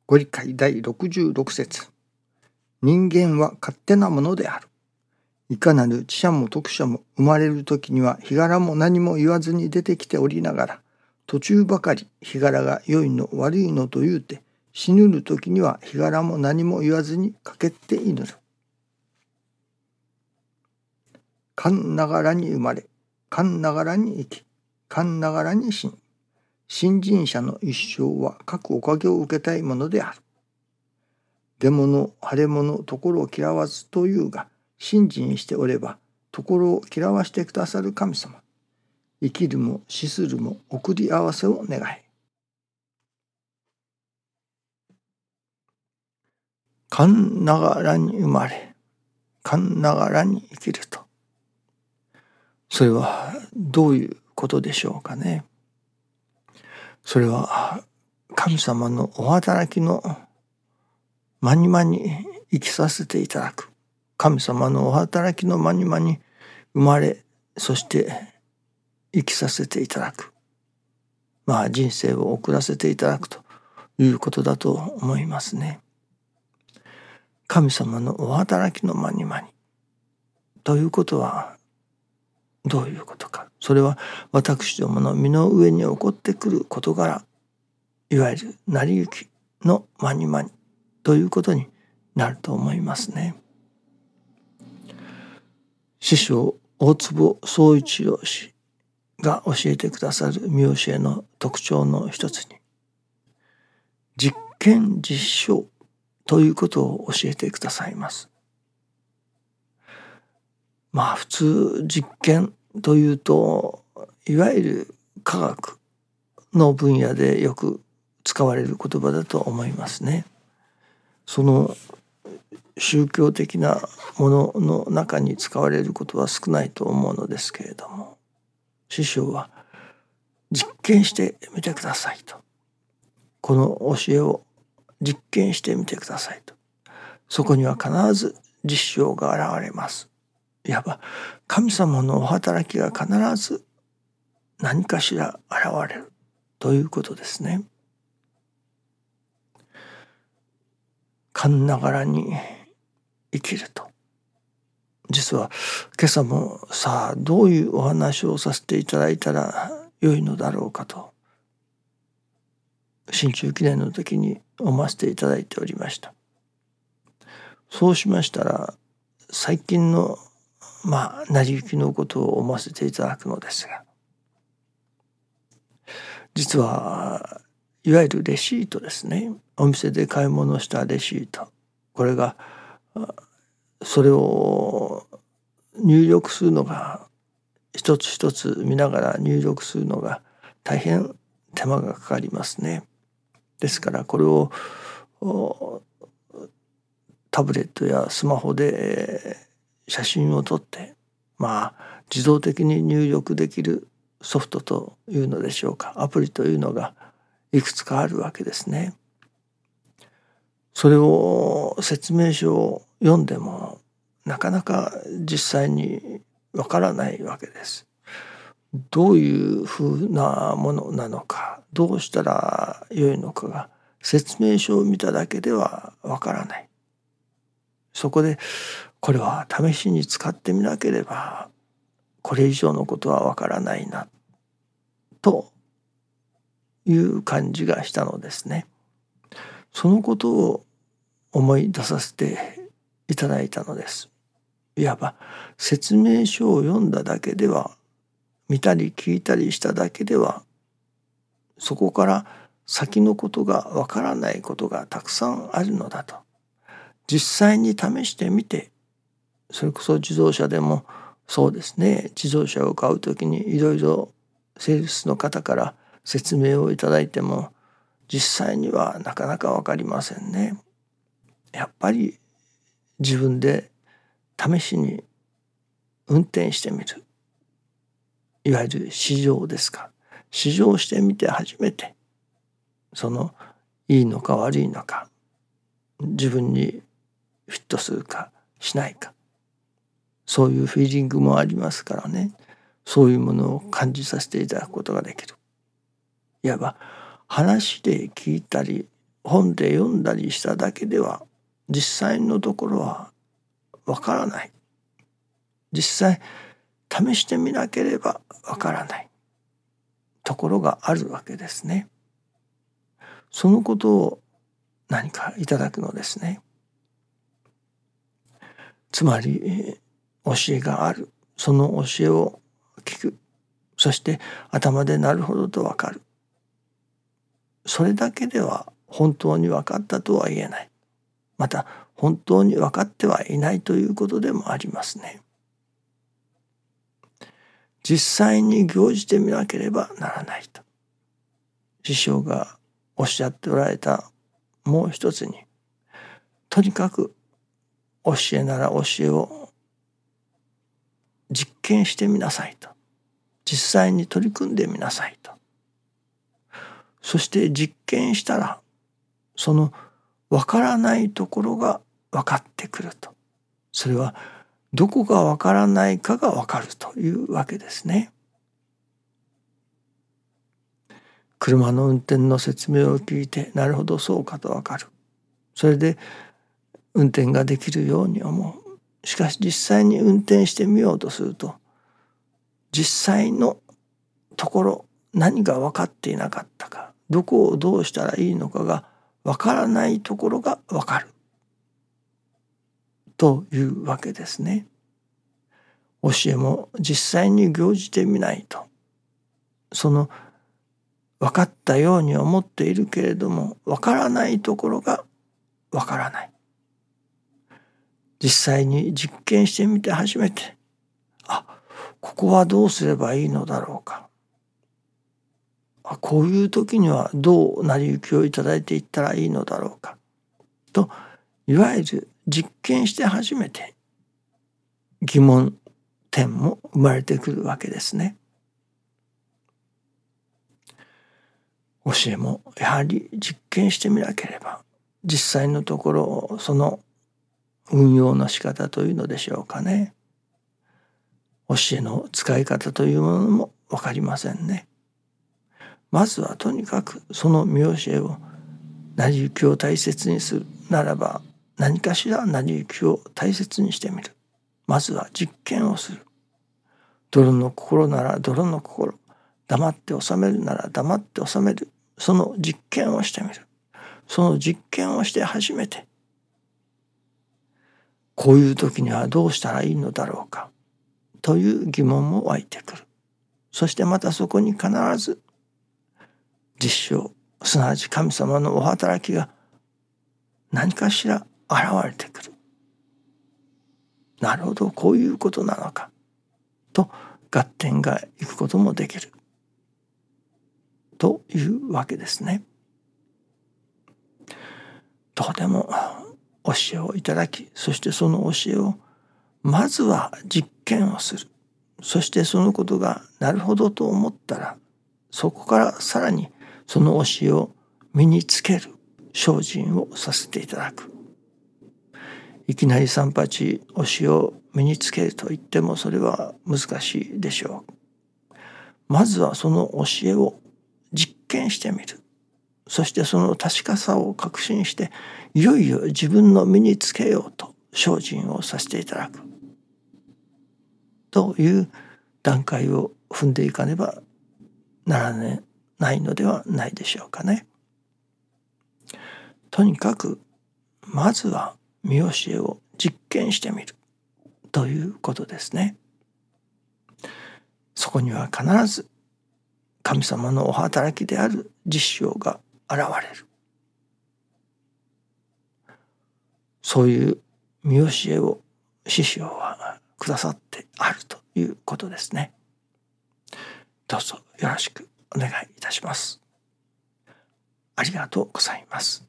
ご理解第66節。人間は勝手なものである。いかなる知者も徳者も生まれる時には日柄も何も言わずに出てきておりながら、途中ばかり日柄が良いの悪いのと言うて、死ぬる時には日柄も何も言わずに駆けって祈る。勘ながらに生まれ、勘ながらに生き、勘ながらに死に。信心者の一生は各おかげを受けたいものである。出物、腫れ物、ところを嫌わずというが、信心しておれば、ところを嫌わしてくださる神様。生きるも死するも送り合わせを願い。勘ながらに生まれ、勘ながらに生きると。それはどういうことでしょうかね。それは神様のお働きの間に間に生きさせていただく。神様のお働きの間に間に生まれ、そして生きさせていただく。人生を送らせていただくということだと思いますね。神様のお働きの間に間にということはどういうことか。それは私どもの身の上に起こってくる事柄、いわゆる成り行きの間に間にということになると思いますね。師匠大坪宗一郎氏が教えてくださる見教えの特徴の一つに、実験実証ということを教えてくださいます。普通実験というと、いわゆる科学の分野でよく使われる言葉だと思いますね。その宗教的なものの中に使われることは少ないと思うのですけれども、師匠は実験してみてくださいと。この教えを実験してみてくださいと。そこには必ず実証が現れます。いわば神様のお働きが必ず何かしら現れるということですね。勘ながらに生きると。実は今朝もさあどういうお話をさせていただいたら良いのだろうかと新中記念の時に思わせていただいておりました。そうしましたら最近の成り行きのことを思わせていただくのですが、実はいわゆるレシートですね。お店で買い物したレシート、これがそれを入力するのが一つ一つ見ながら入力するのが大変手間がかかりますね。ですからこれをタブレットやスマホで写真を撮って自動的に入力できるソフトというのでしょうか、アプリというのがいくつかあるわけですね。それを説明書を読んでもなかなか実際にわからないわけです。どういうふうなものなのか、どうしたら良いのかが説明書を見ただけではわからない。そこでこれは試しに使ってみなければこれ以上のことはわからないなという感じがしたのですね。そのことを思い出させていただいたのです。いわば説明書を読んだだけでは、見たり聞いたりしただけでは、そこから先のことがわからないことがたくさんあるのだと。実際に試してみて、それこそ自動車でもそうですね、自動車を買うときにいろいろセールスの方から説明をいただいても実際にはなかなかわかりませんね。やっぱり自分で試しに運転してみる、いわゆる試乗ですか。試乗してみて初めてそのいいのか悪いのか、自分にフィットするかしないか、そういうフィーリングもありますからね。そういうものを感じさせていただくことができる。いわば話で聞いたり本で読んだりしただけでは実際のところはわからない。実際試してみなければわからないところがあるわけですね。そのことを何かいただくのですね。つまり教えがある。その教えを聞く。そして頭でなるほどとわかる。それだけでは本当に分かったとは言えない。また本当に分かってはいないということでもありますね。実際に行じてみなければならないと。師匠がおっしゃっておられたもう一つに、とにかく教えなら教えを実験してみなさいと。実際に取り組んでみなさいと。そして実験したら、そのわからないところが分かってくると。それはどこがわからないかがわかるというわけですね。車の運転の説明を聞いて、なるほどそうかとわかる。それで運転ができるように思う。しかし実際に運転してみようとすると、実際のところ何が分かっていなかったか、どこをどうしたらいいのかがわからないところがわかるというわけですね。教えも実際に行じてみないと、その分かったように思っているけれども、分からないところが分からない。実際に実験してみて初めて、ここはどうすればいいのだろうか。こういう時にはどう成り行きをいただいていったらいいのだろうか。と、いわゆる実験して初めて疑問点も生まれてくるわけですね。教えもやはり実験してみなければ、実際のところその運用の仕方というのでしょうかね。教えの使い方というものも分かりませんね。まずはとにかくその見教えを、成り行きを大切にするならば、何かしら成り行きを大切にしてみる。まずは実験をする。泥の心なら泥の心、黙って収めるなら黙って収める。その実験をしてみる。その実験をして初めて、こういう時にはどうしたらいいのだろうかという疑問も湧いてくる。そしてまたそこに必ず実証、すなわち神様のお働きが何かしら現れてくる。なるほど、こういうことなのかと合点がいくこともできるというわけですね。どうでも教えをいただき、そしてその教えをまずは実験をする。そしてそのことがなるほどと思ったら、そこからさらにその教えを身につける精進をさせていただく。いきなり三八教えを身につけると言ってもそれは難しいでしょう。まずはその教えを実験してみる。そしてその確かさを確信して、いよいよ自分の身につけようと精進をさせていただくという段階を踏んでいかねばならないのではないでしょうかね。とにかくまずは見教えを実験してみるということですね。そこには必ず神様のお働きである実証が現れる。そういう見教えを師匠はくださってあるということですね。どうぞよろしくお願いいたします。ありがとうございます。